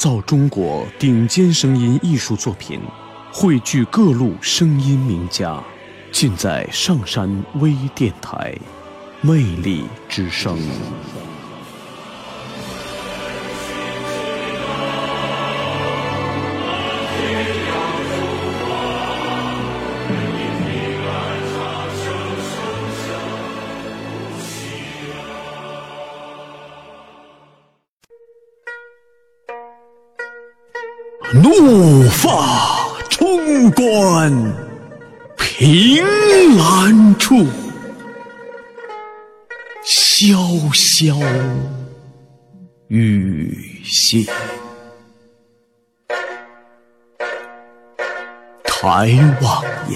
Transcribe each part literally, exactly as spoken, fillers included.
造中国顶尖声音艺术作品，汇聚各路声音名家，尽在上山微电台，魅力之声。怒发冲冠，凭栏处，潇潇雨歇。抬望眼，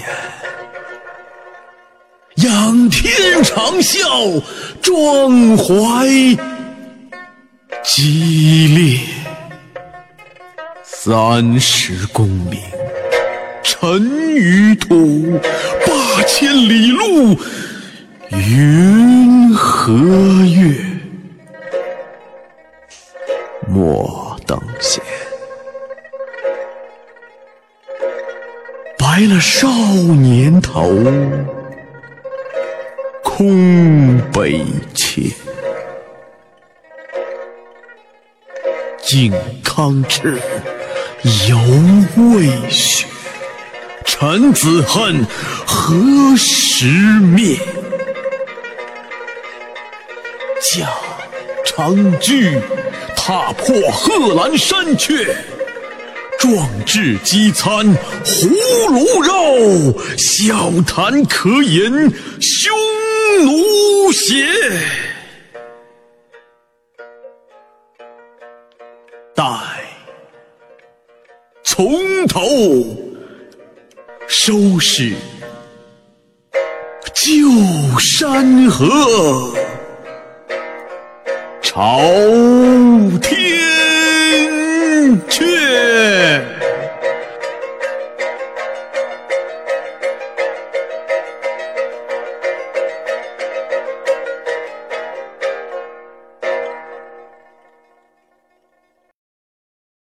仰天长啸，壮怀激烈。三十功名尘与土，八千里路云和月。莫等闲，白了少年头，空悲切。靖康耻，犹未雪，臣子恨，何时灭？驾长车，踏破贺兰山阙，壮志饥餐胡虏肉，笑谈渴饮匈奴血。待从头收拾旧山河，朝天阙。